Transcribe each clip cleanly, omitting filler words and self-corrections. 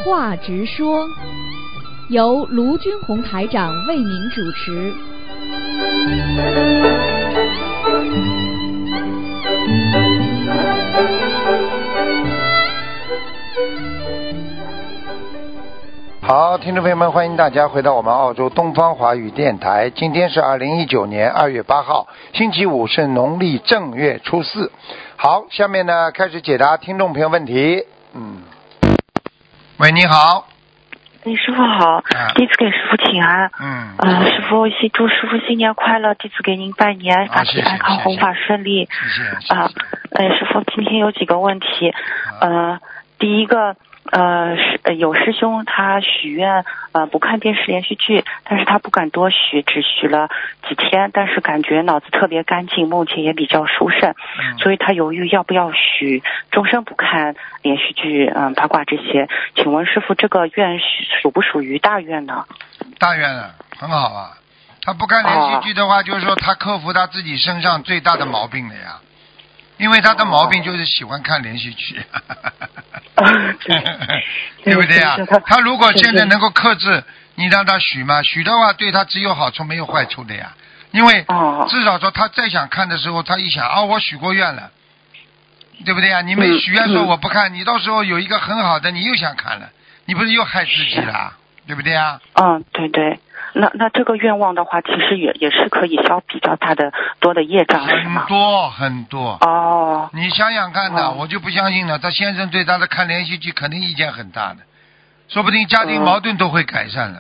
话直说，由卢军红台长为您主持。 好，听众朋友们，欢迎大家回到我们澳洲东方华语电台。今天是2019年2月8号，星期五，是农历正月初4。好，下面呢开始解答听众朋友问题。喂，你好。 师傅好，弟子给师傅请安。师傅祝师傅新年快乐，弟子给您拜年，法体安康，弘法顺利。师傅今天有几个问题，第一个。有师兄他许愿不看电视连续剧，但是他不敢多许，只许了几天，但是感觉脑子特别干净，梦境也比较殊胜，所以他犹豫要不要许终身不看连续剧八卦这些。请问师傅，这个愿属不属于大愿呢？ 大愿啊，很好啊。他不看连续剧的话，就是说他克服他自己身上最大的毛病了呀。因为他的毛病就是喜欢看连续剧，对不对呀？他如果现在能够克制，你让他许嘛，许的话对他只有好处没有坏处的呀。因为至少说他再想看的时候，他一想我许过愿了，对不对呀？你没许愿说我不看，你到时候有一个很好的，你又想看了，你不是又害自己了，对不对呀？ 对对。那这个愿望的话，其实也是可以消比较多的业障，是吗？ 很多。你想想看呢，我就不相信了。他先生对他的看连续剧肯定意见很大的，说不定家庭矛盾都会改善了。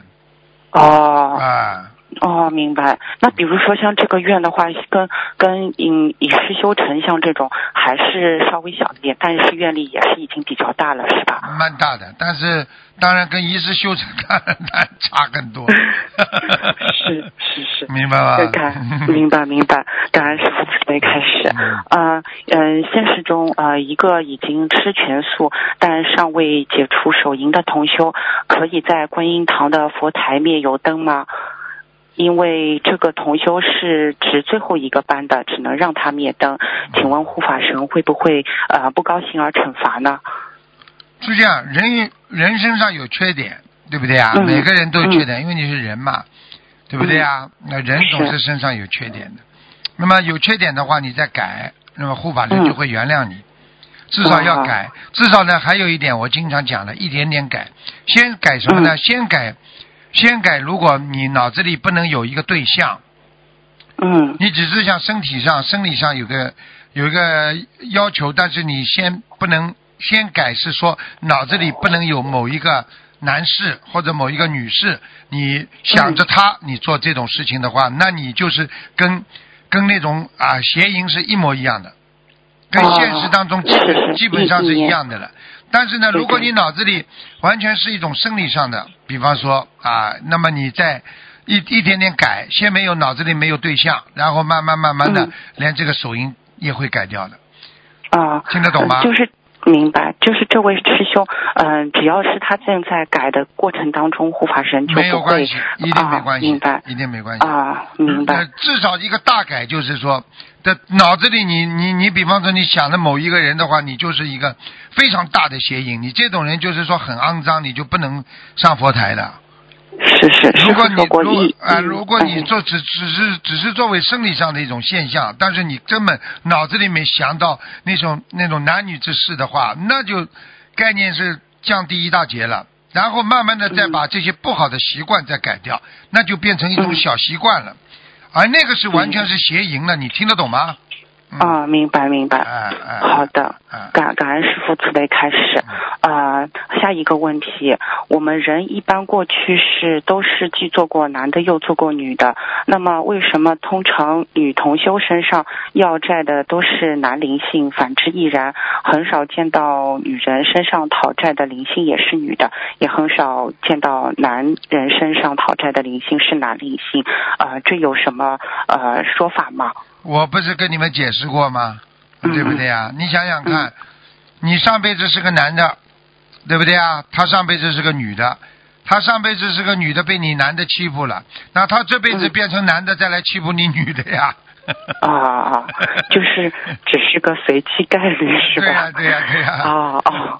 明白。那比如说像这个愿的话，跟以事修成像这种还是稍微小一点，但是愿力也是已经比较大了，是吧？ 蛮大的，但是当然跟一事修成差更多。 是， 明白吗？ 明白。感恩师父慈悲开始。现实中一个已经吃全素但尚未解除手淫的同修，可以在观音堂的佛台灭油灯吗？因为这个同修是值最后一个班的，只能让他灭灯。请问护法神会不会不高兴而惩罚呢？ 是这样，人身上有缺点，对不对啊？每个人都有缺点，因为你是人嘛，对不对啊？那人总是身上有缺点的。那么有缺点的话，你再改，那么护法神就会原谅你。至少要改，至少呢还有一点，我经常讲的，一点点改。先改什么呢？先改，如果你脑子里不能有一个对象，你只是像生理上有个要求，但是你不能先改，是说脑子里不能有某一个男士或者某一个女士，你想着他，你做这种事情的话，那你就是跟那种邪淫是一模一样的，跟现实当中基本上是一样的了。但是呢，如果你脑子里完全是一种生理上的，比方说那么你再一点点改，先没有脑子里没有对象，然后慢慢的，连这个手淫也会改掉的。听得懂吗？ 就是明白，就是这位师兄，只要是他正在改的过程当中，护法神就不会没有关系，一定没关系， 明白， 一定没关系明白。 至少一个大改，就是说的脑子里你比方说你想的某一个人的话，你就是一个非常大的邪淫，你这种人就是说很肮脏，你就不能上佛台的。 是。 如果你只是作为生理上的一种现象，但是你根本脑子里没想到那种男女之事的话，那就概念是降低一大截了。然后慢慢的再把这些不好的习惯再改掉，那就变成一种小习惯了。而那个是完全是邪淫了，你听得懂吗？ 明白。好的，感恩师父慈悲开始。下一个问题，我们人一般过去世都是既做过男的又做过女的，那么为什么通常女同修身上要债的都是男灵性，反之亦然？很少见到女人身上讨债的灵性也是女的，也很少见到男人身上讨债的灵性是男灵性。这有什么说法吗？ 我不是跟你们解释过吗？对不对啊？你想想看，你上辈子是个男的，对不对啊？他上辈子是个女的，他上辈子是个女的被你男的欺负了，那他这辈子变成男的再来欺负你女的呀。 就是只是个随机概率是吧？ 对呀。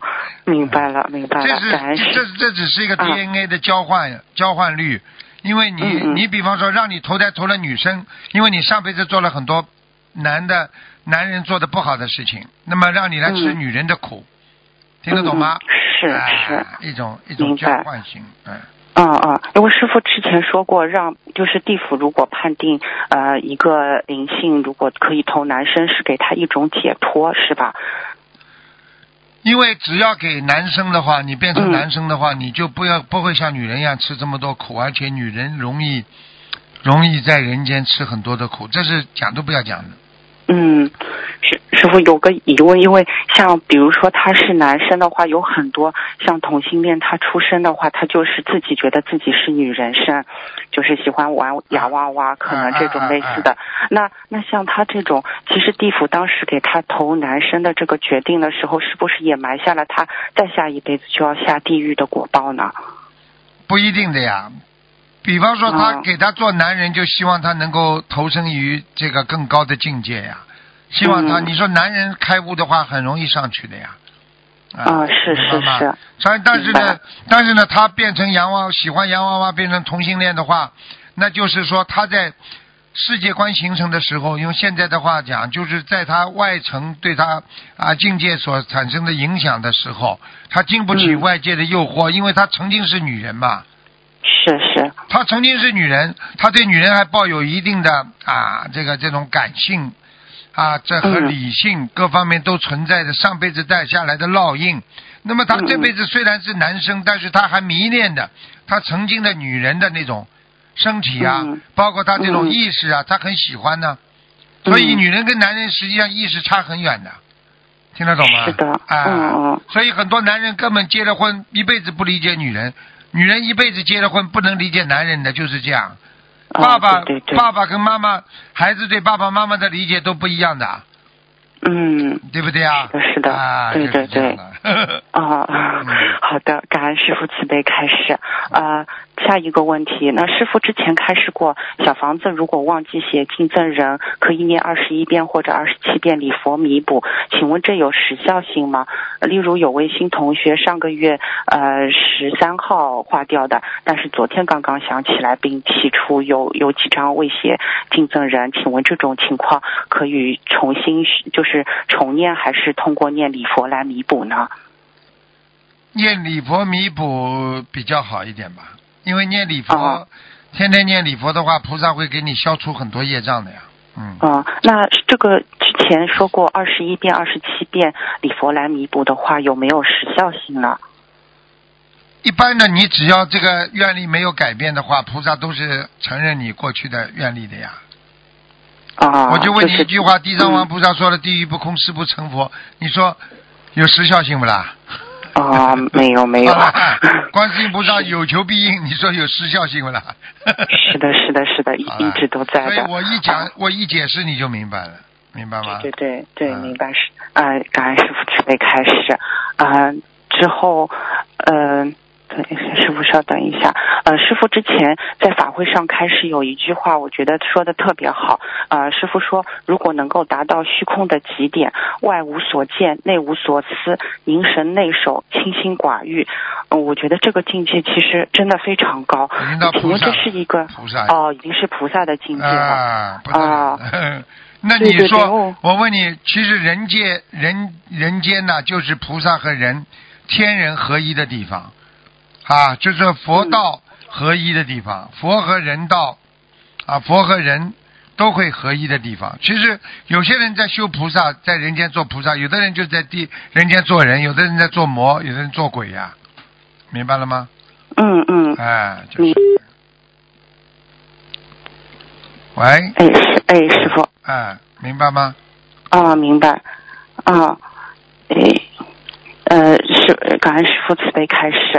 明白了，明白了。 这只是一个 DNA 的交换率，因为你比方说让你投胎投了女生，因为你上辈子做了很多男人做的不好的事情，那么让你来吃女人的苦，听得懂吗？ 是一种交换性， 因为师父之前说过，就是地府如果判定一个灵性如果可以投男生，是给他一种解脱，是吧？ 因为只要给男生的话，你变成男生的话，你就不会像女人一样吃这么多苦，而且女人容易在人间吃很多的苦，这是讲都不要讲的。 师父有个疑问，因为像比如说他是男生的话，有很多像同性恋，他出生的话，他就是自己觉得自己是女人身，就是喜欢玩洋娃娃，可能这种类似的。那像他这种，其实地府当时给他投男生的这个决定的时候，是不是也埋下了他在下一辈子就要下地狱的果报呢？ 不一定的呀。比方说他给他做男人，就希望他能够投身于这个更高的境界呀。希望他，你说男人开悟的话，很容易上去的呀。 是。 但是呢，他变成喜欢洋娃娃，变成同性恋的话，那就是说他在世界观形成的时候，用现在的话讲，就是在他外层对他境界所产生的影响的时候，他经不起外界的诱惑，因为他曾经是女人嘛。 是。 他曾经是女人，他对女人还抱有一定的这种感性。这和理性各方面都存在着上辈子带下来的烙印。那么他这辈子虽然是男生，但是他还迷恋的他曾经的女人的那种身体包括他这种意识他很喜欢呢。所以女人跟男人实际上意识差很远的，听得懂吗？ 是的。 所以很多男人根本结了婚一辈子不理解女人，女人一辈子结了婚不能理解男人的，就是这样。爸爸跟妈妈，孩子对爸爸妈妈的理解都不一样的。对不对啊？ 是的，对。好的，感恩师父慈悲开示。下一个问题，那师父之前开示过，小房子如果忘记写敬赠人，可以念21遍或者27遍礼佛弥补，请问这有时效性吗？例如有位新同学上个月13号划掉的，但是昨天刚刚想起来，并提出有几张未写敬赠人，请问这种情况可以就是重念，还是通过念礼佛来弥补呢？ 念礼佛弥补比较好一点吧，因为念礼佛，天天念礼佛的话，菩萨会给你消除很多业障的呀。 那这个之前说过21遍、27遍礼佛来弥补的话，有没有时效性呢？ 一般的，你只要这个愿力没有改变的话，菩萨都是承认你过去的愿力的呀。我就问你一句话，地藏王菩萨说了地狱不空誓不成佛，你说有时效性不啦？ 没有。 观世音菩萨有求必应，你说有时效性不啦？ 是的，一直都在的。 所以我一解释你就明白了，明白吗？ 对，明白。感恩师父慈悲开示。之后师父稍等一下。师父之前在法会上开示有一句话，我觉得说的特别好。师父说，如果能够达到虚空的极点，外无所见，内无所思，凝神内守，清心寡欲。我觉得这个境界其实真的非常高。请问这是一个已经是菩萨的境界了那你说，我问你，其实人间呢，就是菩萨和天人合一的地方。就是佛道合一的地方，佛和人道佛和人都会合一的地方。其实有些人在修菩萨，在人间做菩萨，有的人就在人间做人，有的人在做魔，有的人做鬼呀，明白了吗？就是喂。师父。 明白吗？ 明白。感恩师父慈悲开示。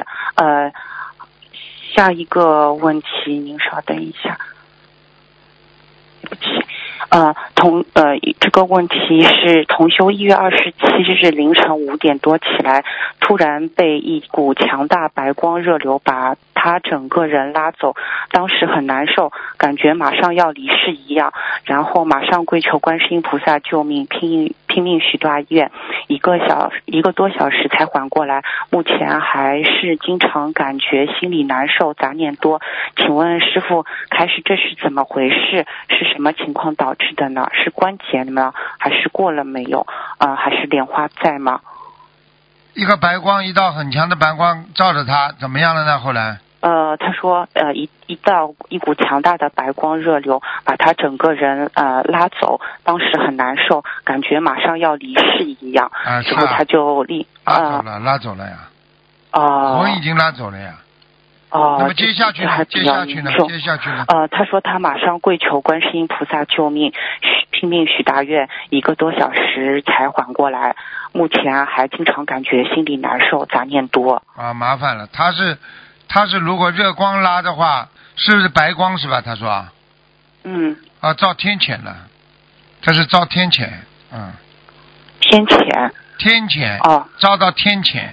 下一个问题，您稍等一下。对不起，这个问题是同修1月27日凌晨5点多起来，突然被一股强大白光热流把他他整个人拉走，当时很难受，感觉马上要离世一样，然后马上跪求观世音菩萨救命，拼命许大愿，1个多小时才缓过来，目前还是经常感觉心里难受，杂念多。请问师父，开始这是怎么回事？是什么情况导致的呢？是关节吗？还是过了没有？还是莲花在吗？ 一个白光，一道很强的白光照着他，怎么样了呢？后来？ 他说，一股强大的白光热流把他整个人拉走，当时很难受，感觉马上要离世一样。之后他就拉走了呀。魂已经拉走了呀。那么接下去呢？他说他马上跪求观世音菩萨救命，拼命许大愿，1个多小时才缓过来，目前还经常感觉心里难受，杂念多。麻烦了，他是如果热光拉的话，是不是白光是吧？他说。照天谴了，这是照天谴。 天谴。 天谴。照到天谴。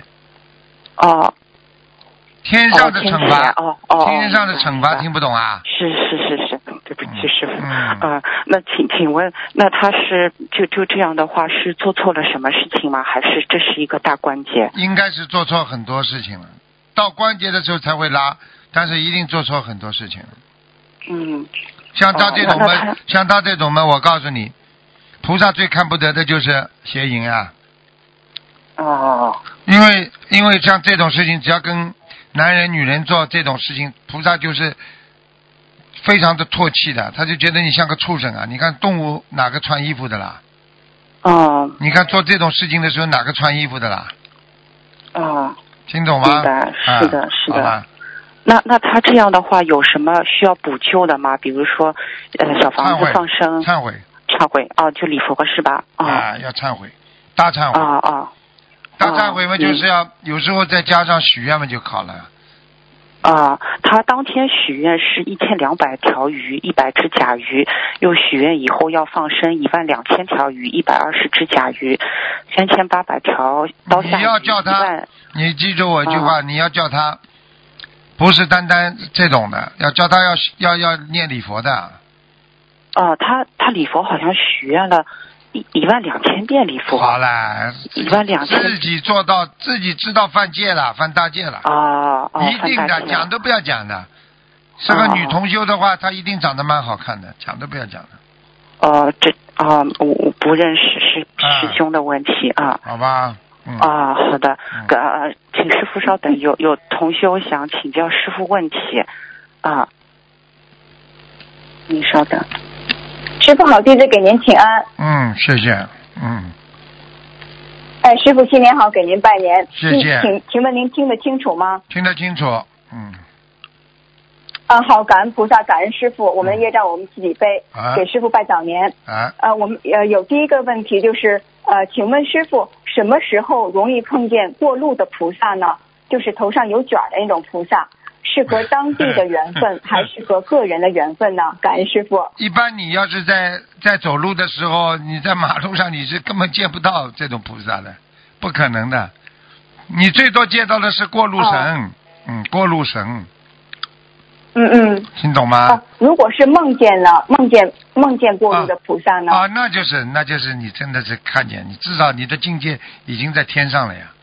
天上的惩罚。天上的惩罚，听不懂啊？ 是，对不起师父。那请问，那他是就这样的话，是做错了什么事情吗？还是这是一个大关节？ 应该是做错很多事情了，到关节的时候才会拉，但是一定做错很多事情了。像他这种嘛，我告诉你，菩萨最看不得的就是邪淫啊。因为像这种事情，只要跟男人女人做这种事情，菩萨就是非常的唾弃的，他就觉得你像个畜生啊！你看动物哪个穿衣服的啦？你看做这种事情的时候哪个穿衣服的啦？听懂吗？ 是的。那他这样的话有什么需要补救的吗？比如说小房子放生。 忏悔。 就礼佛是吧？ 要忏悔，大忏悔。大忏悔嘛，就是要有时候再加上许愿嘛就好了。 他当天许愿是1200条鱼，100只甲鱼，又许愿以后要放生12000条鱼，120只甲鱼，3800条刀下鱼。 你要叫他，你记住我一句话，你要叫他，不是单单这种的，要叫他要念礼佛的。 他礼佛好像许愿了12000遍礼佛。 好了 ，12000。 自己做到，自己知道犯戒了，犯大戒了。一定的，讲都不要讲的。是个女同修的话，她一定长得蛮好看的，讲都不要讲的。 我不认识，是师兄的问题啊。 好吧。 好的。请师父稍等，有同修想请教师父问题您稍等。 师父好，弟子给您请安。 谢谢。 师父新年好，给您拜年。 谢谢。 请问您听得清楚吗？ 听得清楚。 好，感恩菩萨，感恩师父，我们的业障我们自己背，给师父拜早年。我们有第一个问题就是，请问师父，什么时候容易碰见过路的菩萨呢？就是头上有卷的那种菩萨。是和当地的缘分还是和个人的缘分呢？感恩师父。 一般你要是在走路的时候，你在马路上你是根本见不到这种菩萨的，不可能的。你最多见到的是过路神。过路神。听懂吗？ 如果是梦见过路的菩萨呢？ 那就是你真的是看见，你至少你的境界已经在天上了呀。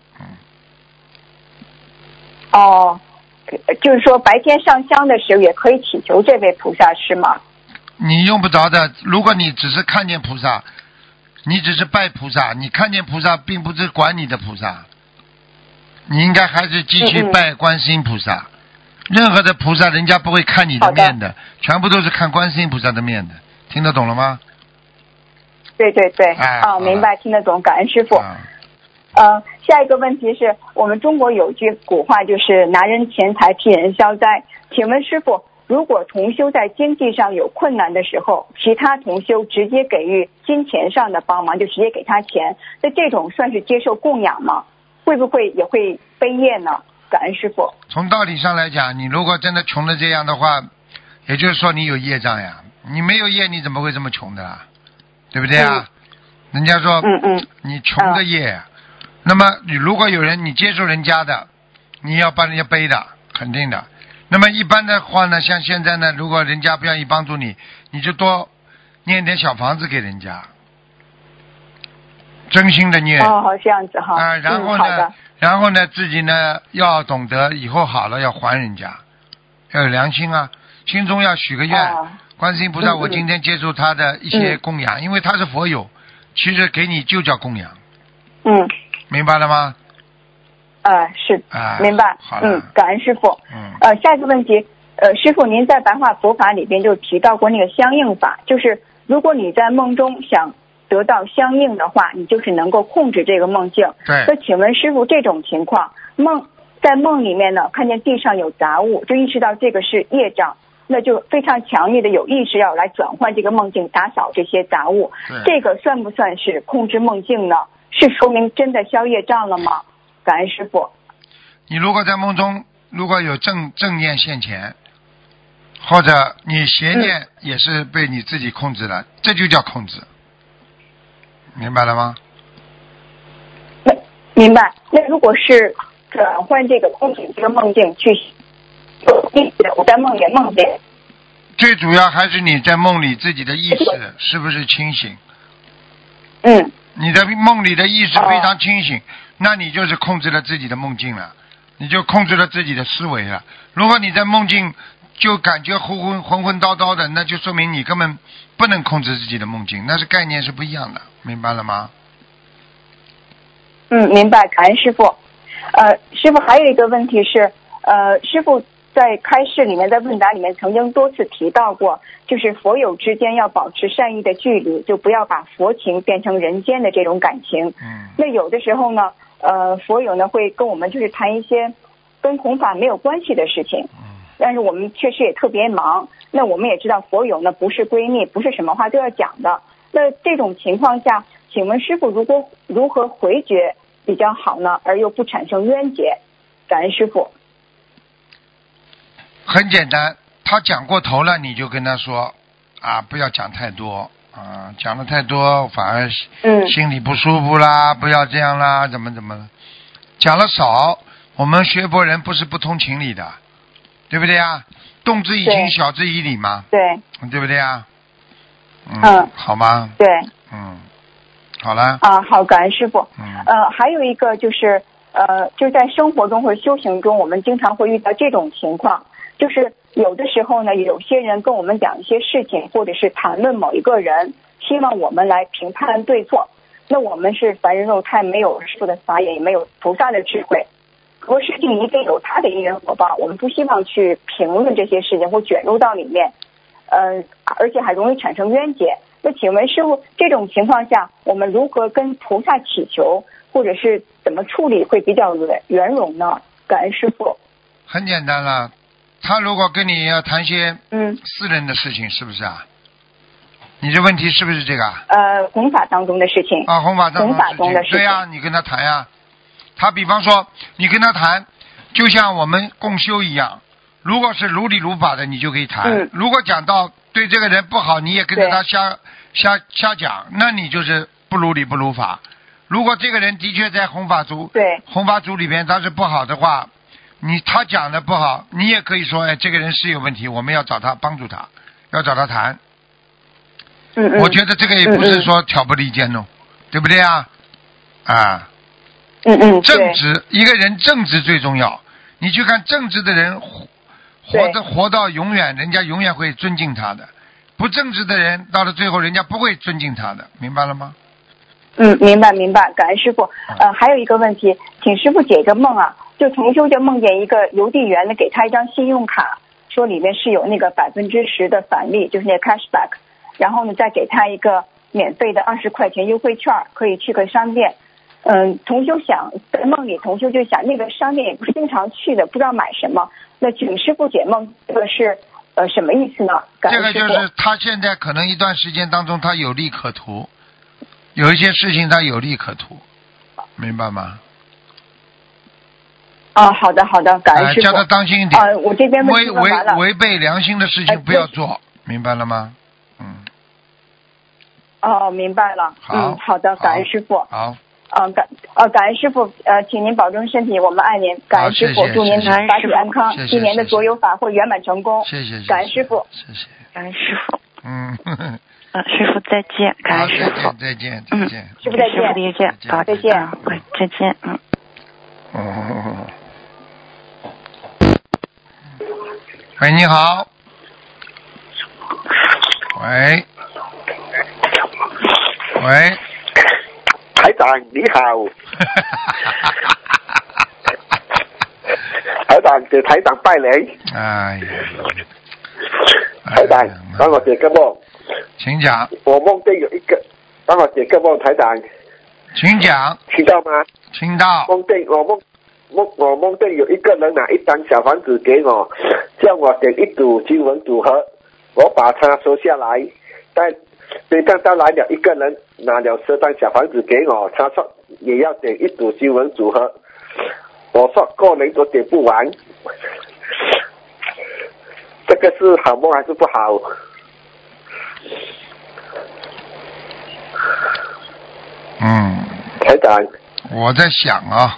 就是说白天上香的时候也可以祈求这位菩萨是吗？ 你用不着的，如果你只是看见菩萨，你只是拜菩萨，你看见菩萨并不是管你的菩萨，你应该还是继续拜观世音菩萨。任何的菩萨人家不会看你的面的，全部都是看观世音菩萨的面的，听得懂了吗？ 对，明白，听得懂，感恩师父。下一个问题是我们中国有句古话，就是拿人钱财替人消灾。请问师父，如果同修在经济上有困难的时候，其他同修直接给予金钱上的帮忙，就直接给他钱，那这种算是接受供养吗？会不会也会背业呢？感恩师父。 从道理上来讲，你如果真的穷的这样的话，也就是说你有业障呀。你没有业你怎么会这么穷的啦？对不对啊？人家说你穷的业那么你如果有人你接受人家的，你要帮人家背的， 肯定的。那么一般的话呢，像现在呢，如果人家不愿意帮助你，你就多念点小房子给人家，真心的念。 哦，这样子哈。 然后呢，然后呢，自己呢要懂得以后好了要还人家，要有良心啊，心中要许个愿。观世音菩萨，我今天接触他的一些供养，因为他是佛友，其实给你就叫供养。明白了吗？ 是，明白。感恩师父。下一个问题，师父您在白话佛法里边就提到过那个相应法，就是如果你在梦中想得到相应的话，你就是能够控制这个梦境。 对。 那请问师父，这种情况在梦里面呢，看见地上有杂物，就意识到这个是业障，那就非常强烈的有意识要来转换这个梦境，打扫这些杂物。这个算不算是控制梦境呢？是说明真的消业障了吗？感恩师父。 你如果在梦中如果有正念现前，或者你邪念也是被你自己控制了，这就叫控制。明白了吗？ 明白。那如果是转换这个控制这个梦境去我在梦里梦见， 最主要还是你在梦里自己的意识是不是清醒。你的梦里的意识非常清醒，那你就是控制了自己的梦境了，你就控制了自己的思维了。如果你在梦境就感觉浑浑叨叨的，那就说明你根本不能控制自己的梦境，那是概念是不一样的，明白了吗？ 明白，感恩师父。师父还有一个问题是，师父在开示里面，在问答里面曾经多次提到过，就是佛友之间要保持善意的距离，就不要把佛情变成人间的这种感情。那有的时候呢，佛友呢会跟我们就是谈一些跟弘法没有关系的事情，但是我们确实也特别忙。那我们也知道佛友呢不是闺蜜，不是什么话都要讲的。那这种情况下，请问师父如何回绝比较好呢，而又不产生冤结？感恩师父。 很简单，他讲过头了，你就跟他说不要讲太多讲的太多反而心里不舒服啦，不要这样啦，怎么讲了少，我们学佛人不是不通情理的，对不对啊？动之以情，晓之以理嘛，对不对啊？好吗？ 对， 好了。 好，感恩师父。还有一个就是就在生活中或者修行中，我们经常会遇到这种情况。就是有的时候呢，有些人跟我们讲一些事情，或者是谈论某一个人，希望我们来评判对错。那我们是凡人肉胎，没有师父的法眼，也没有菩萨的智慧，很多事情一定有他的因缘果报，我们不希望去评论这些事情或卷入到里面，而且还容易产生冤结。那请问师父，这种情况下，我们如何跟菩萨祈求，或者是怎么处理会比较圆融呢？感恩师父。 很简单了。他如果跟你要谈些私人的事情，是不是啊？你这问题是不是这个？ 弘法当中的事情。 弘法当中的事情。对呀，你跟他谈呀。他比方说，你跟他谈，就像我们共修一样，如果是如理如法的，你就可以谈。如果讲到对这个人不好，你也跟着他瞎讲，那你就是不如理不如法。如果这个人的确在弘法组里边他是不好的话，他讲的不好，你也可以说，这个人是有问题，我们要找他帮助他，要找他谈。我觉得这个也不是说挑拨离间对不对啊？正直，一个人正直最重要。你去看正直的人活到永远，人家永远会尊敬他的。不正直的人到了最后，人家不会尊敬他的，明白了吗？ 明白，感恩师父。还有一个问题，请师父解一个梦啊。就同修就梦见一个邮递员呢，给他一张信用卡，说里面是有那个10%的返利，就是那个 cashback， 然后呢再给他一个免费的20块钱优惠券，可以去个商店。同修想在梦里，同修就想那个商店也不是经常去的，不知道买什么。那请师父解梦，这个是什么意思呢？ 这个就是他现在可能一段时间当中他有利可图，有一些事情他有利可图，明白吗？ 好的，感恩师父。 叫他当心一点。 我这边问题问完了。 违背良心的事情不要做，明白了吗？ 明白了。好的，感恩师父。 好。 感恩师傅，请您保重身体，我们爱您。感恩师傅，祝您法体安康，今年的所有法会圆满成功。 谢谢。 感恩师傅， 谢谢。 感恩师傅。 师傅再见，感恩师傅。 再见。 师傅再见。 好，再见。再见。 喂，你好。喂。 台长你好。台长给台长拜年。 哎呀。 台长，帮我解个梦。 请讲。 我梦见有一个，帮我解个梦，台长。 请讲。 听到吗？ 听到。 我梦见有一个人拿一张小房子给我，叫我点一组经文组合，我把它收下来。但对方到来了一个人拿了10张小房子给我，他说也要点一组经文组合，我说个人都点不完。这个是好梦还是不好？台长， 我在想啊，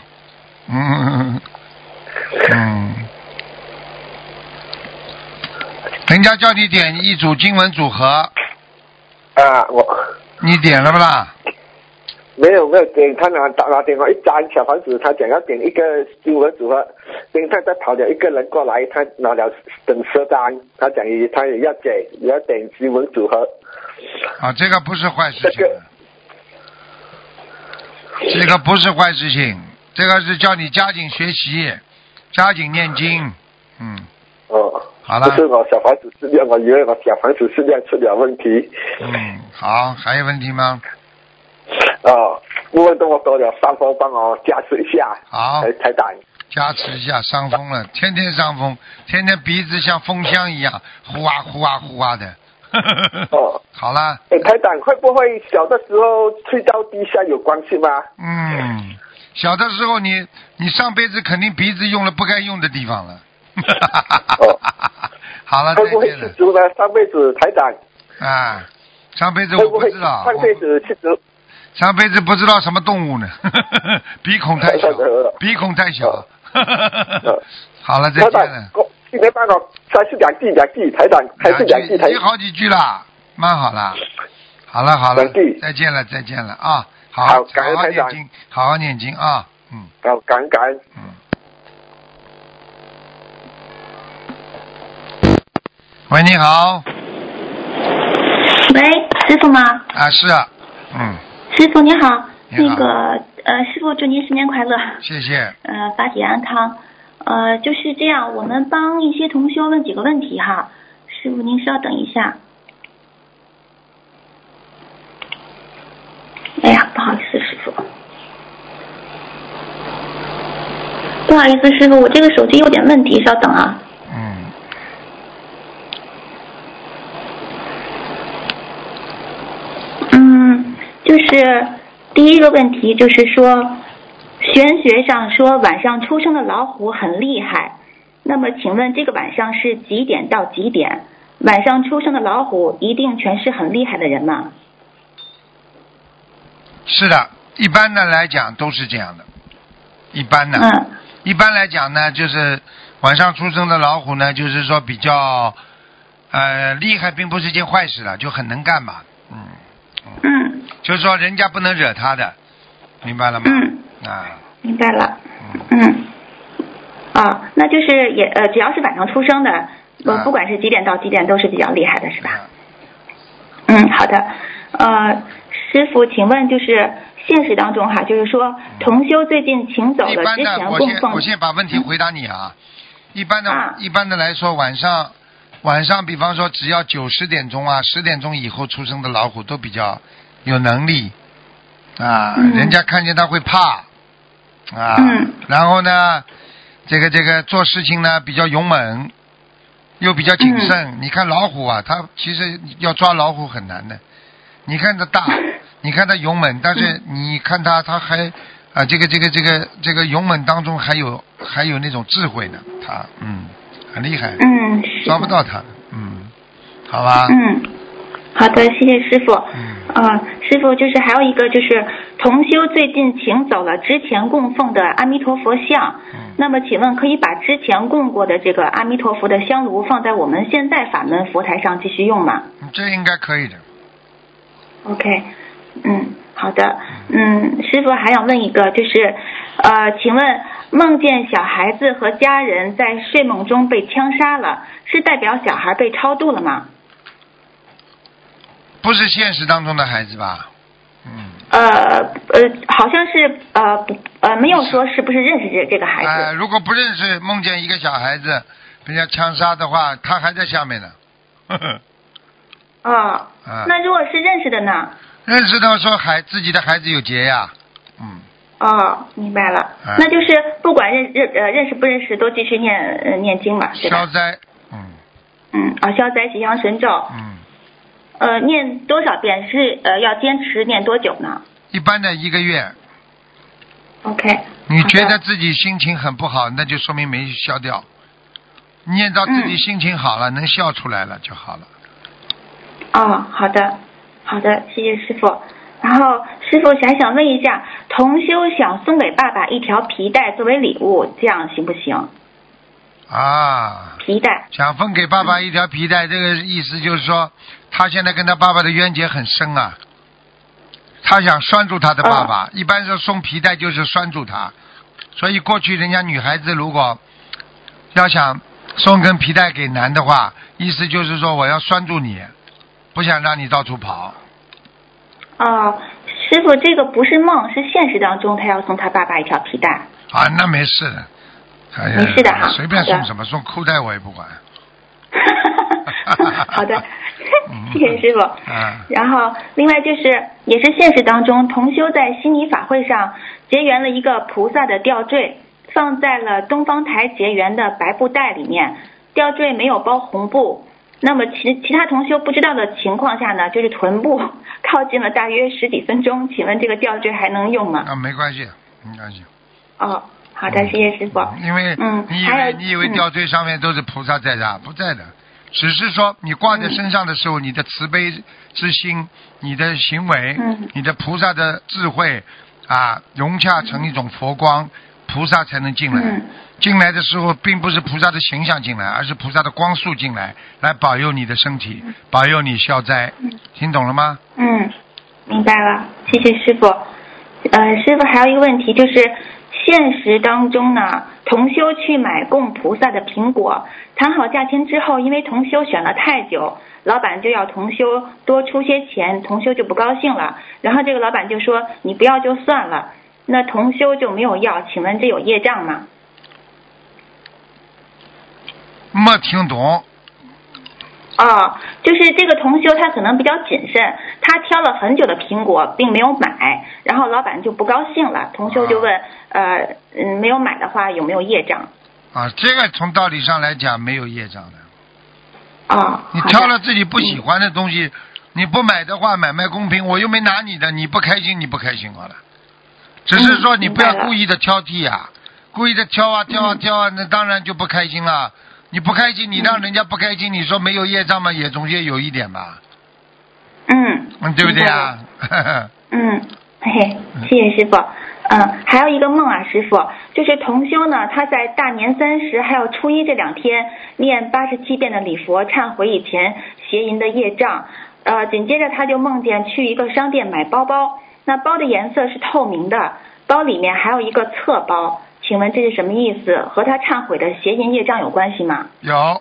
人家叫你点一组经文组合你点了不啦？ 没有点，他拿点我一张小房子，他讲要点一个经文组合，等他再跑了一个人过来，他拿了等10张，他讲他也要点经文组合。 这个不是坏事情。这个不是坏事情，这个是叫你加紧学习，加紧念经。好了。 不是我小房子质量，我以为我小房子质量出了问题。 好，还有问题吗？ 问到我多了伤风，帮我加持一下。 好， 台长。 加持一下，伤风了，天天伤风，天天鼻子像风箱一样，呼啊呼啊呼啊的。好了。 台长，会不会小的时候睡到地下有关系吗？ 小的时候你上辈子肯定鼻子用了不该用的地方了。好了，再见了。会不会吃足呢？上辈子台长。 上辈子我不知道。 上辈子吃足。 上辈子不知道什么动物呢？鼻孔太小。好了，再见了。 今天帮我再是两句，台长还是两句， 好几句啦，蛮好啦。好了，再见了啊！ 好，感恩台长， 好好念经啊！ 好，感恩。 喂，你好。 喂，师傅吗？ 是啊。 师傅你好，那个师傅祝您新年快乐。 谢谢。 法体安康。就是这样，我们帮一些同修问几个问题哈，师傅您稍等一下。哎呀，不好意思，师傅。不好意思，师傅，我这个手机有点问题，稍等啊。就是第一个问题，就是说。玄学上说晚上出生的老虎很厉害，那么请问这个晚上是几点到几点？晚上出生的老虎一定全是很厉害的人吗？ 是的，一般的来讲都是这样的。一般来讲呢，就是晚上出生的老虎呢，就是说比较厉害，并不是件坏事了，就很能干嘛。就是说人家不能惹他的，明白了吗？ 明白了。那就是只要是晚上出生的，不管是几点到几点都是比较厉害的，是吧？好的。师傅，请问就是现实当中哈，就是说同修最近请走了之前供奉。 我先把问题回答你啊。一般的来说，晚上，比方说只要9、10点钟10点钟以后出生的老虎都比较有能力人家看见他会怕。然后呢，这个做事情呢比较勇猛，又比较谨慎。你看老虎它其实要抓老虎很难的。你看它大，你看它勇猛，但是你看它还这个勇猛当中还有那种智慧呢，它很厉害。抓不到它的。好吧。 好的，谢谢师傅。师傅，就是还有一个就是同修最近请走了之前供奉的阿弥陀佛像，那么请问可以把之前供过的这个阿弥陀佛的香炉放在我们现在法门佛台上继续用吗？ 这应该可以的。 OK， 好的，师父还想问一个，就是请问梦见小孩子和家人在睡梦中被枪杀了，是代表小孩被超度了吗？ 不是现实当中的孩子吧？ 好像是没有说是不是认识这个孩子。 如果不认识，梦见一个小孩子被人家枪杀的话，他还在下面呢。 那如果是认识的呢？ 认识的说自己的孩子有劫呀。 明白了。那就是不管认识不认识，都继续念经嘛，对吧？ 消灾。 消灾吉祥神咒。念多少遍？是要坚持念多久呢？ 一般的1个月。 OK。 你觉得自己心情很不好，那就说明没消掉。念到自己心情好了，能笑出来了就好了。 好的，谢谢师父。然后师父还想问一下，同修想送给爸爸一条皮带作为礼物，这样行不行？皮带。 想分给爸爸一条皮带，这个意思就是说，他现在跟他爸爸的冤结很深啊。他想拴住他的爸爸，一般说送皮带就是拴住他。所以过去人家女孩子如果要想送根皮带给男的话，意思就是说我要拴住你，不想让你到处跑。 师父，这个不是梦，是现实当中他要送他爸爸一条皮带。 那没事的。 没事的哈。 随便送什么，送裤带我也不管。 好的，谢谢师父。然后另外就是也是现实当中，同修在悉尼法会上结缘了一个菩萨的吊坠，放在了东方台结缘的白布袋里面，吊坠没有包红布。那么其他同修不知道的情况下呢，就是臀部靠近了大约10几分钟，请问这个吊坠还能用吗？ 没关系，没关系。 好的，谢谢师父。 因为你以为吊坠上面都是菩萨在的？不在的，只是说你挂在身上的时候，你的慈悲之心，你的行为，你的菩萨的智慧融洽成一种佛光，菩萨才能进来。进来的时候并不是菩萨的形象进来，而是菩萨的光束进来，来保佑你的身体，保佑你消灾。听懂了吗？ 明白了，谢谢师父。师父还有一个问题，就是现实当中呢，同修去买供菩萨的苹果，谈好价钱之后，因为同修选了太久，老板就要同修多出些钱，同修就不高兴了，然后这个老板就说你不要就算了，那同修就没有要，请问这有业障吗？ 没听懂。 就是这个同修他可能比较谨慎，他挑了很久的苹果并没有买，然后老板就不高兴了，同修就问没有买的话有没有业障？ 这个从道理上来讲没有业障的。你挑了自己不喜欢的东西，你不买的话，买卖公平，我又没拿你的，你不开心你不开心好了。只是说你不要故意的挑剔故意的挑啊，那当然就不开心了。你不开心，你让人家不开心，你说没有业障吗？也总也有一点吧。对不对啊？ 谢谢师父。还有一个梦师父，就是同修呢，他在大年30还有初一这2天念87遍的礼佛，忏悔以前邪淫的业障。紧接着他就梦见去一个商店买包包，那包的颜色是透明的，包里面还有一个侧包。请问这是什么意思？和他忏悔的邪淫业障有关系吗？ 有。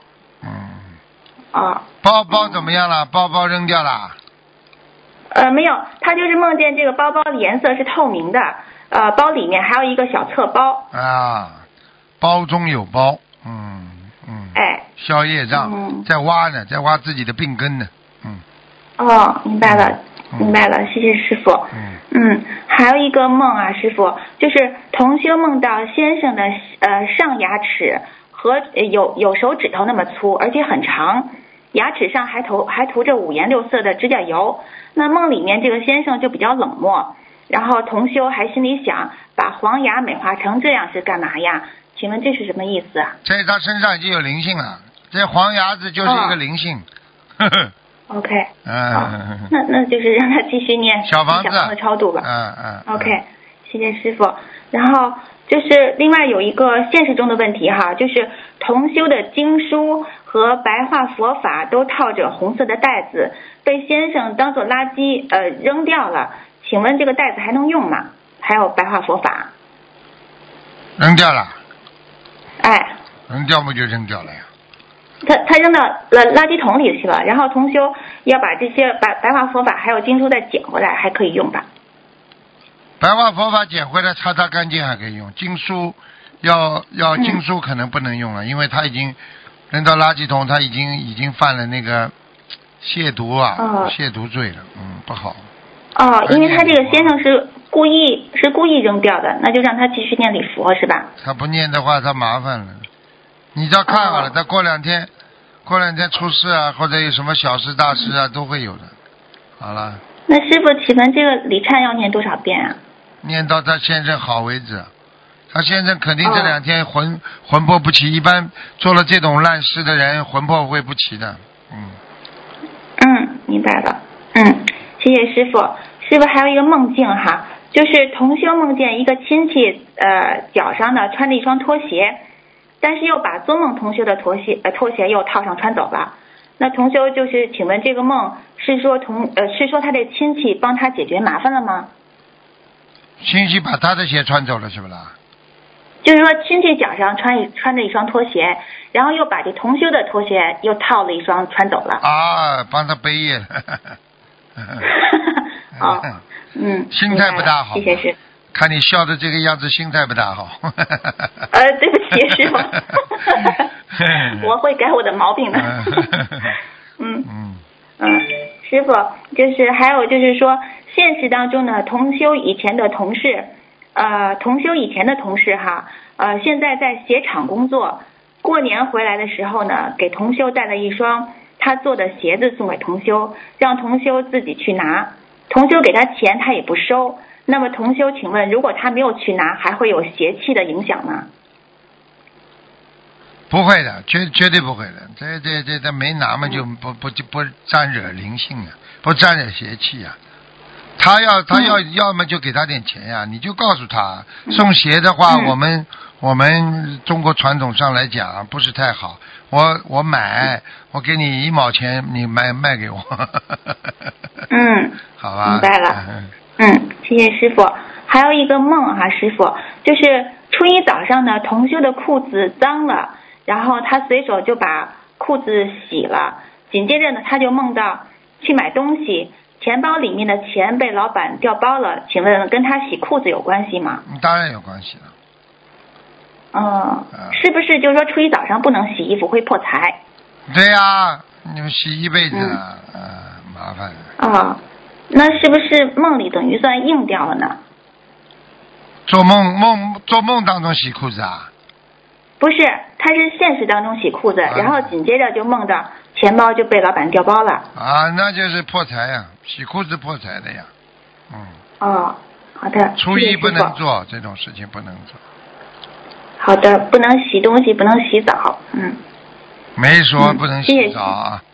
包包怎么样了？包包扔掉了？ 没有，他就是梦见这个包包的颜色是透明的，包里面还有一个小侧包。 包中有包。消业障。在挖呢，在挖自己的病根呢。 明白了。谢谢师父。还有一个梦师父，就是同修梦到先生的上牙齿和有手指头那么粗，而且很长，牙齿上还涂着5颜6色的指甲油。那梦里面这个先生就比较冷漠，然后同修还心里想，把黄牙美化成这样是干嘛呀？请问这是什么意思啊？ 在他身上已经有灵性了，这黄牙子就是一个灵性。 OK。那就是让他继续念小房子超度吧。OK， 谢谢师傅。然后就是另外有一个现实中的问题哈，就是同修的经书和白话佛法都套着红色的袋子，被先生当做垃圾扔掉了，请问这个袋子还能用吗？还有白话佛法扔掉了。 哎， 扔掉嘛就扔掉了呀。 他扔到垃圾桶里去了，然后同修要把这些白话佛法还有经书再捡回来，还可以用吧？ 白话佛法捡回来擦干净还可以用，经书经书可能不能用了，因为他已经扔到垃圾桶，他已经犯了那个亵渎亵渎罪了，不好。 因为他这个先生是故意扔掉的，那就让他继续念礼佛是吧？ 他不念的话，他麻烦了。你只要看好了，他过两天出事啊，或者有什么小事大事啊，都会有的。好了。 那师傅，请问这个礼忏要念多少遍啊？ 念到他先生好为止。他先生肯定这2天魂魄不齐，一般做了这种烂事的人魂魄会不齐的。 明白了。谢谢师傅。师傅还有一个梦境哈，就是同修梦见一个亲戚脚上呢穿着一双拖鞋，但是又把做梦同修的拖鞋又套上穿走了。那同修就是请问这个梦是说他的亲戚帮他解决麻烦了吗？ 亲戚把他的鞋穿走了是不啦？ 就是说亲戚脚上穿着一双拖鞋，然后又把这同修的拖鞋又套了一双穿走了。 帮他背业了。心态不大好。 谢谢师。 看你笑的这个样子，心态不大好。 对不起师傅。我会改我的毛病的。师傅，就是还有就是说，现实当中呢，同修以前的同事哈，现在在鞋厂工作，过年回来的时候呢，给同修带了一双他做的鞋子送给同修，让同修自己去拿，同修给他钱他也不收。那么同修，请问如果他没有去拿，还会有邪气的影响吗？ 不会的，绝对不会的。这没拿嘛，就不沾惹灵性啊，不沾惹邪气啊。他要么就给他点钱呀，你就告诉他，送鞋的话，我们中国传统上来讲不是太好。我买，我给你1毛钱，你卖给我。好吧。 明白了。谢谢师傅。还有一个梦哈，师傅，就是初一早上呢，同修的裤子脏了，然后他随手就把裤子洗了，紧接着呢，他就梦到去买东西，钱包里面的钱被老板调包了，请问跟他洗裤子有关系吗？ 当然有关系了。是不是就是说初一早上不能洗衣服会破财？ 对呀，你们洗一辈子麻烦。 那是不是梦里等于算硬掉了呢？ 做梦当中洗裤子啊？ 不是，他是现实当中洗裤子，然后紧接着就梦到钱包就被老板调包了。 那就是破财呀，洗裤子破财的呀。 好的。 初一不能做这种事情，不能做。好的，不能洗东西，不能洗澡。 没说不能洗澡啊。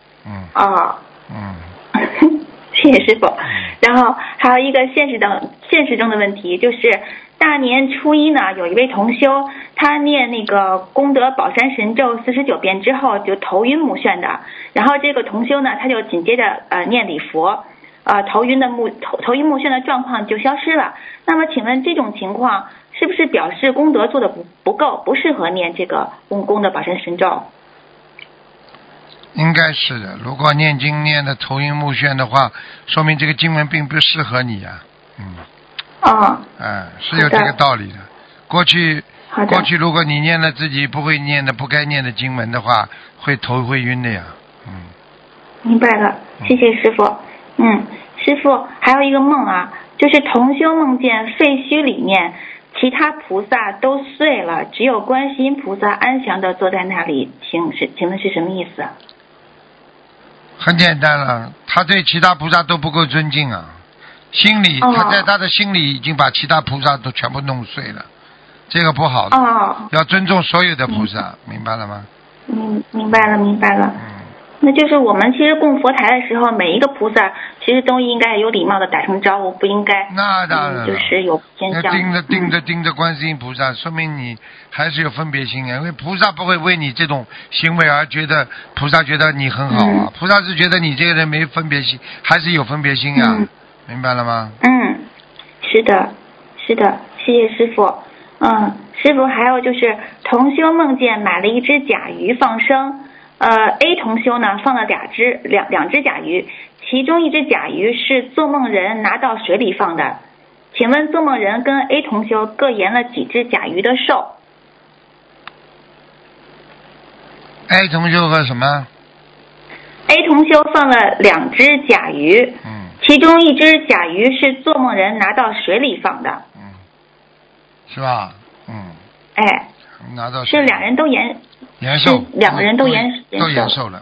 谢谢师傅。然后还有一个现实中的问题，就是大年初一呢，有一位同修，他念那个功德宝山神咒49遍之后就头晕目眩的，然后这个同修呢，他就紧接着念礼佛，头晕目眩的状况就消失了。那么请问这种情况是不是表示功德做的不够，不适合念这个功德宝山神咒？ 应该是的，如果念经念的头晕目眩的话，说明这个经文并不适合你呀。是有这个道理的。过去如果你念了自己不会念的不该念的经文的话，头会晕的呀。 明白了，谢谢师傅。师傅还有一个梦啊，就是同修梦见废墟里面其他菩萨都碎了，只有观世音菩萨安详的坐在那里，请问是什么意思？ 很简单了，他对其他菩萨都不够尊敬啊，他在他的心里已经把其他菩萨都全部弄碎了，这个不好的。要尊重所有的菩萨，明白了吗？ 明白了。 那就是我们其实供佛台的时候，每一个菩萨其实都应该有礼貌的打声招呼，不应该那当然就是有偏向。 盯着观世音菩萨，说明你还是有分别心啊。因为菩萨不会为你这种行为而觉得菩萨觉得你很好啊，菩萨是觉得你这个人没分别心，还是有分别心啊，明白了吗？ 是的，是的，谢谢师傅。师傅还有就是同修梦见买了一只甲鱼放生。A 同修呢放了两只甲鱼，其中一只甲鱼是做梦人拿到水里放的，请问做梦人跟 A 同修各延了几只甲鱼的寿？ A 同修和什么？ A 同修放了2只甲鱼，其中一只甲鱼是做梦人拿到水里放的， 是吧？ 拿到水是两人都延寿，两个人都延寿了，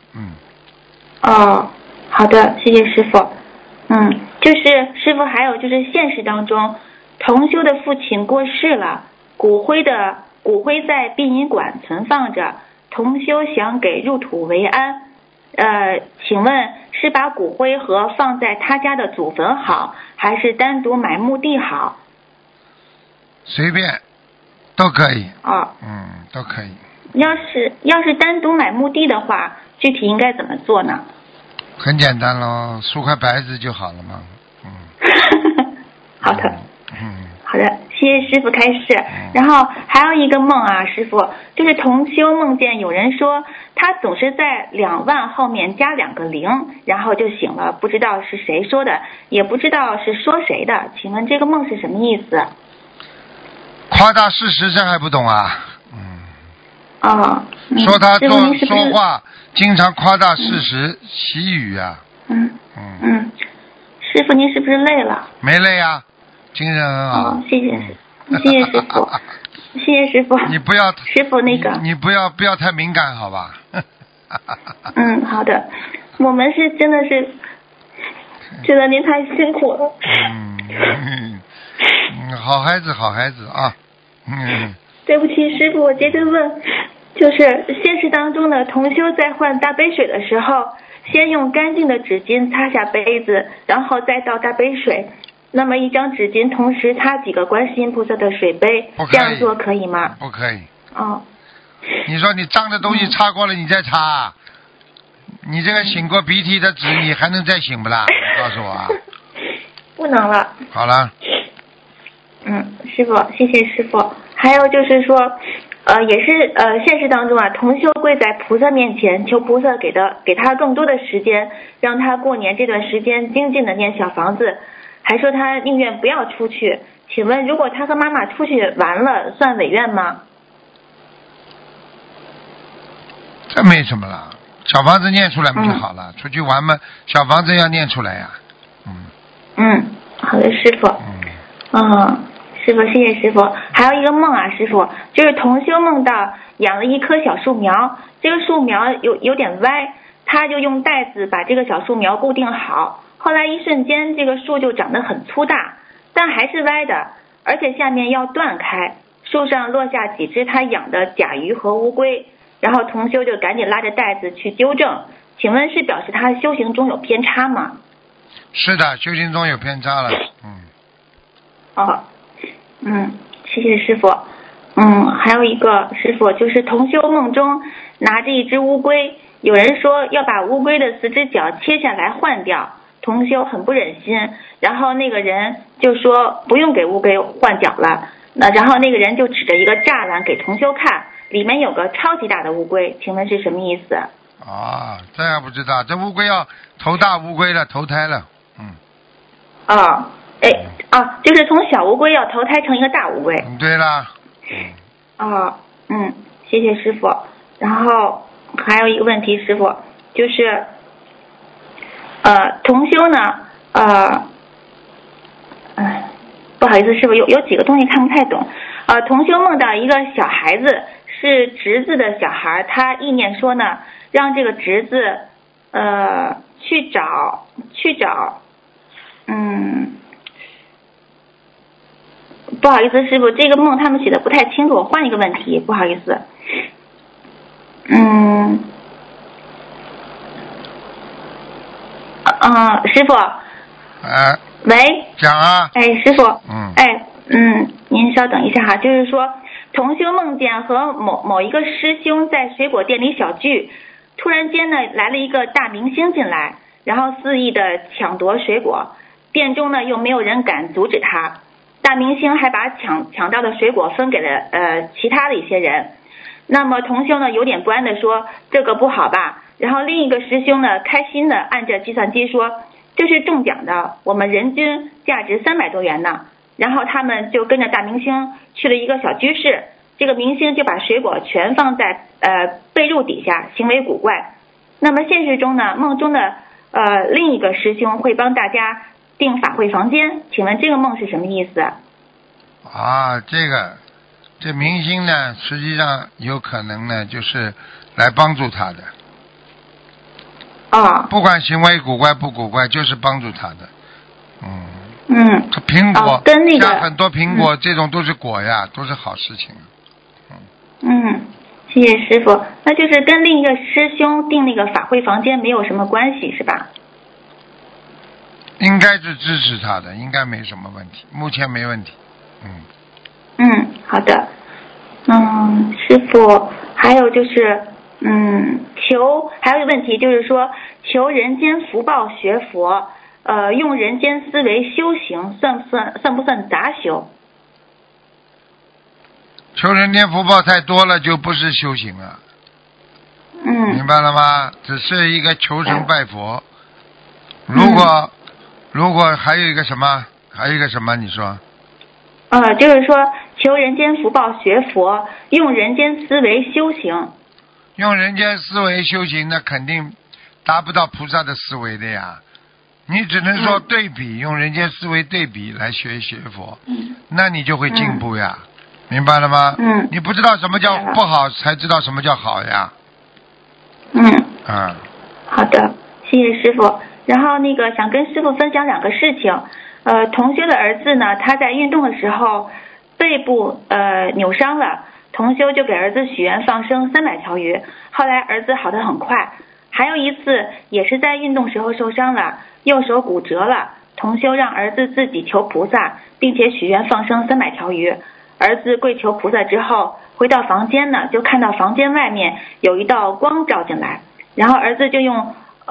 好的，谢谢师傅。就是师傅还有就是现实当中，同修的父亲过世了，骨灰在殡仪馆存放着，同修想给入土为安，请问是把骨灰盒放在他家的祖坟好，还是单独买墓地好？ 随便都可以。都可以。 要是单独买墓地的话，具体应该怎么做呢？ 很简单咯，梳块白纸就好了嘛。 好的。好的，谢谢师傅开示。然后还有一个梦啊，师傅，就是同修梦见有人说他总是在2万后面加2个0，然后就醒了，不知道是谁说的，也不知道是说谁的，请问这个梦是什么意思？ 夸大事实，这还不懂啊？说他说话经常夸大事实，习语啊。 师傅您是不是累了？ 没累啊，精神很好。 谢谢师傅。谢谢师傅。 你不要师傅那个， 你不要太敏感，好吧？ 好的，我们是真的是觉得您太辛苦了。 好孩子啊。 对不起师傅，我接着问，就是现实当中的同修在换大杯水的时候，先用干净的纸巾擦下杯子，然后再倒大杯水，那么一张纸巾同时擦几个观世音菩萨的水杯，这样做可以吗？ 不可以。你说你脏的东西擦过了你再擦，你这个擤过鼻涕的纸你还能再擤不啦？你告诉我啊。 不能了。 好了。 师傅，谢谢师傅。还有就是说，也是现实当中啊，同修跪在菩萨面前，求菩萨给他更多的时间，让他过年这段时间精进的念小房子，还说他宁愿不要出去。请问，如果他和妈妈出去玩了，算违愿吗？ 这没什么了，小房子念出来不就好了？出去玩嘛，小房子要念出来呀。 好的，师傅。师傅，谢谢师傅。还有一个梦啊，师傅，就是同修梦到养了一棵小树苗，这个树苗有点歪，他就用带子把这个小树苗固定好，后来一瞬间这个树就长得很粗大，但还是歪的，而且下面要断开，树上落下几只他养的甲鱼和乌龟，然后同修就赶紧拉着带子去纠正，请问是表示他修行中有偏差吗？ 是的，修行中有偏差了。 谢谢师傅。还有一个师傅，就是同修梦中拿着一只乌龟，有人说要把乌龟的4只脚切下来换掉，同修很不忍心，然后那个人就说不用给乌龟换脚了，然后那个人就指着一个栅栏给同修看，里面有个超级大的乌龟，请问是什么意思？ 这样不知道，这乌龟要投大乌龟了，投胎了。 就是从小乌龟要投胎成一个大乌龟。 对啦。 谢谢师傅。然后还有一个问题，师傅，就是同修呢，不好意思，师傅有几个东西看不太懂。同修梦到一个小孩子是侄子的小孩，他意念说呢，让这个侄子去找不好意思，师傅，这个梦他们写的不太清楚，我换一个问题，不好意思。 师傅。喂。 讲啊。 师傅。您稍等一下哈，就是说同修梦见和某一个师兄在水果店里小聚，突然间呢来了一个大明星进来，然后肆意的抢夺水果，店中呢又没有人敢阻止他，大明星还把抢到的水果分给了其他的一些人。那么同修呢有点不安的说这个不好吧，然后另一个师兄呢开心的按着计算机说这是中奖的，我们人均价值300多元呢。然后他们就跟着大明星去了一个小居室，这个明星就把水果全放在被褥底下，行为古怪。那么现实中呢，梦中的另一个师兄会帮大家订法会房间，请问这个梦是什么意思？ 这明星呢实际上有可能呢就是来帮助他的。不管行为古怪不古怪，就是帮助他的。苹果跟那个像很多苹果这种都是果呀，都是好事情。 谢谢师傅。那就是跟另一个师兄订那个法会房间没有什么关系是吧？ 应该是支持他的，应该没什么问题，目前没问题。 好的。师傅还有就是还有一个问题就是说求人间福报学佛，用人间思维修行算不算杂修？ 求人间福报太多了就不是修行了。明白了吗？只是一个求神拜佛。如果还有一个什么你说？ 就是说求人间福报学佛，用人间思维修行。 用人间思维修行，那肯定达不到菩萨的思维的呀。你只能说对比，用人间思维对比来学佛，那你就会进步呀。明白了吗？你不知道什么叫不好，才知道什么叫好呀。 好的，谢谢师傅。然后想跟师傅分享2个事情。同修的儿子呢，他在运动的时候背部扭伤了，同修就给儿子许愿放生300条鱼，后来儿子好得很快。还有一次也是在运动时候受伤了，右手骨折了，同修让儿子自己求菩萨，并且许愿放生300条鱼。儿子跪求菩萨之后回到房间呢，就看到房间外面有一道光照进来，然后儿子就用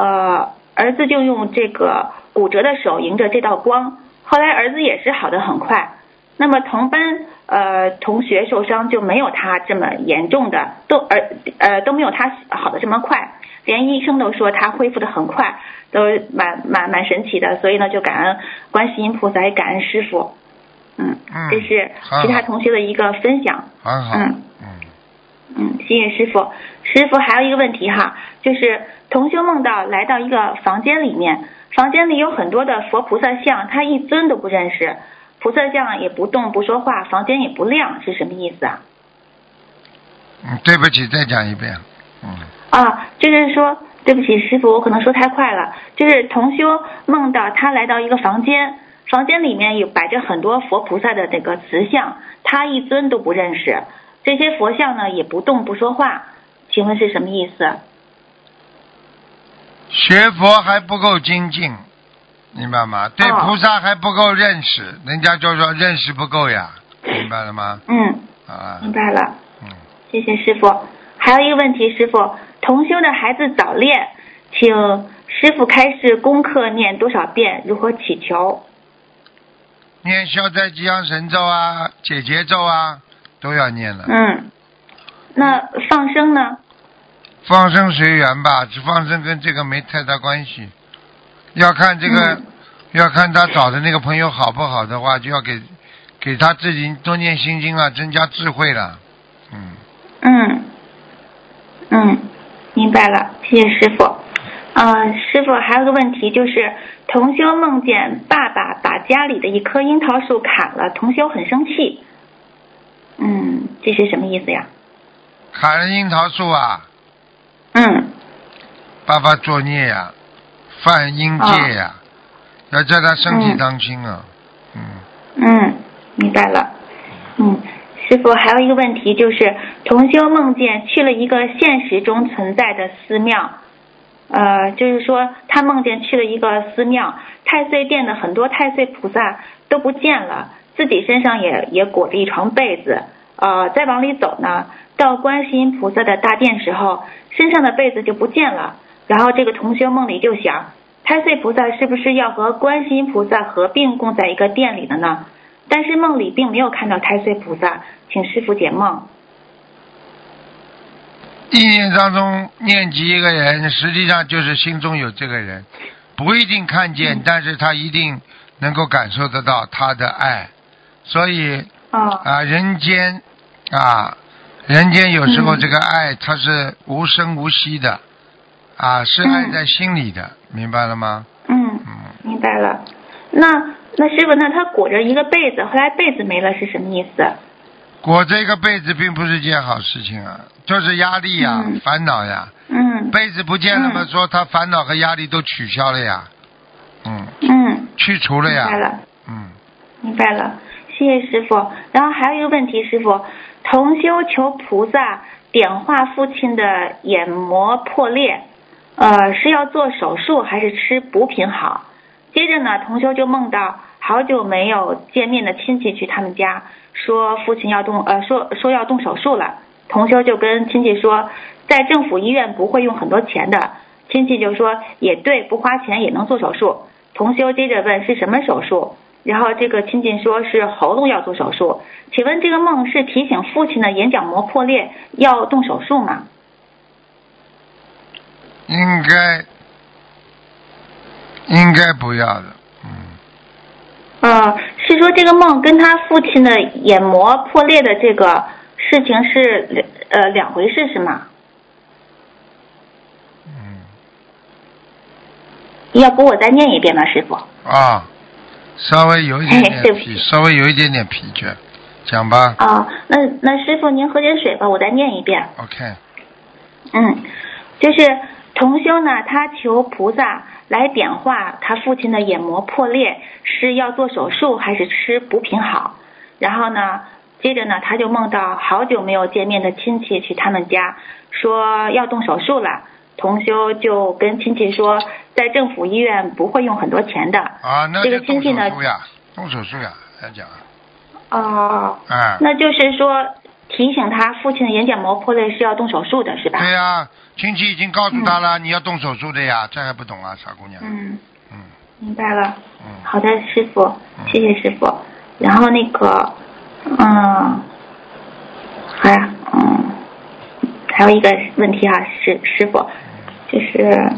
这个骨折的手迎着这道光，后来儿子也是好得很快。那么同班同学受伤就没有他这么严重的，都没有他好的这么快，连医生都说他恢复得很快，都蛮神奇的。所以呢就感恩观世音菩萨，也感恩师父。这是其他同学的一个分享。 很好。 谢谢师父。师父还有一个问题哈，就是同修梦到来到一个房间里面，房间里有很多的佛菩萨像，他一尊都不认识，菩萨像也不动不说话，房间也不亮，是什么意思啊？ 对不起，再讲一遍。 就是说对不起师父，我可能说太快了。就是同修梦到他来到一个房间，房间里面有摆着很多佛菩萨的这个瓷像，他一尊都不认识，这些佛像呢也不动不说话，请问是什么意思？ 学佛还不够精进，明白吗？对菩萨还不够认识，人家就说认识不够呀，明白了吗？ 明白了。谢谢师父。还有一个问题，师父，同修的孩子早恋，请师父开示功课念多少遍，如何祈求？ 念消灾吉祥神咒啊，解结咒啊，都要念了。 那放生呢？ 放生随缘吧，放生跟这个没太大关系，要看这个，要看他找的那个朋友好不好的话，就要给他自己多念心经了，增加智慧了。 明白了，谢谢师傅。师傅还有个问题，就是同修梦见爸爸把家里的一棵樱桃树砍了，同修很生气。这是什么意思呀？ 砍了樱桃树啊？爸爸作孽呀，犯阴戒呀，要叫他身体当心啊。 明白了。师父还有一个问题，就是同修梦见去了一个现实中存在的寺庙， 就是说他梦见去了一个寺庙，太岁殿的很多太岁菩萨都不见了，自己身上也裹着一床被子。再往里走呢，到观世音菩萨的大殿时候，身上的被子就不见了。然后这个同修梦里就想，太岁菩萨是不是要和观世音菩萨合并供在一个殿里的呢？但是梦里并没有看到太岁菩萨，请师父解梦。 意念当中念及一个人，实际上就是心中有这个人，不一定看见，但是他一定能够感受得到他的爱。所以人间有时候这个爱它是无声无息的是爱在心里的，明白了吗？ 明白了。那师父，那他裹着一个被子，后来被子没了是什么意思？ 裹着一个被子并不是件好事情就是压力烦恼呀。被子不见了嘛，说他烦恼和压力都取消了呀。去除了呀。 明白了。明白了，谢谢师父。然后还有一个问题，师父，同修求菩萨点化父亲的眼膜破裂，是要做手术还是吃补品好？接着呢，同修就梦到好久没有见面的亲戚去他们家，说父亲要说要动手术了。同修就跟亲戚说，在政府医院不会用很多钱的。亲戚就说也对，不花钱也能做手术。同修接着问是什么手术，然后这个亲戚说是喉咙要做手术。请问这个梦是提醒父亲的眼角膜破裂要动手术吗？ 应该不要的。 是说这个梦跟他父亲的眼膜破裂的这个事情是两回事是吗？要不我再念一遍吧，师傅。 稍微有一点点疲倦，讲吧。 那师傅您喝点水吧，我再念一遍。 OK。 就是同修呢，他求菩萨来点化他父亲的眼膜破裂，是要做手术还是吃补品好？然后呢，接着呢，他就梦到好久没有见面的亲戚去他们家，说要动手术了。同修就跟亲戚说，在政府医院不会用很多钱的。 那这个亲戚呢， 动手术呀，来讲。 那就是说提醒他父亲的眼角膜破裂是要动手术的，是吧？ 对呀，亲戚已经告诉他了，你要动手术的呀，这还不懂啊，傻姑娘。 明白了。好的，师傅，谢谢师傅。然后那个，还有一个问题师傅，就是，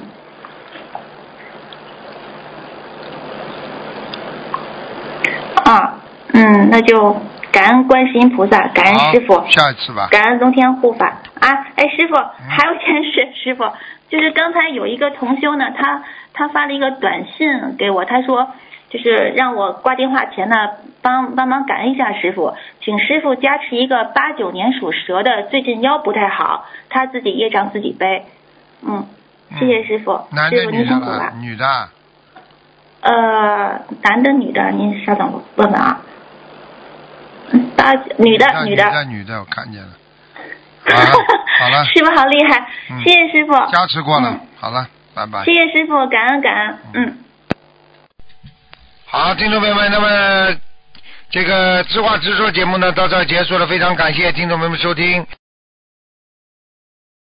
那就感恩观世音菩萨，感恩师傅， 下一次吧， 感恩龙天护法师傅，还有件事，师傅，就是刚才有一个同修呢，他发了一个短信给我，他说就是让我挂电话前呢帮忙感恩一下师傅，请师傅加持一个89年属蛇的，最近腰不太好，他自己业障自己背。谢谢师傅。师傅您辛苦了。 女的？ 男的女的，您稍等问问啊。女的， 我看见了。好了。 师傅好厉害，谢谢师傅。 加持过了，好了，拜拜。 谢谢师傅，感恩。 好，听众朋友们，那么这个知话直说节目呢到这儿结束了，非常感谢听众朋友们收听。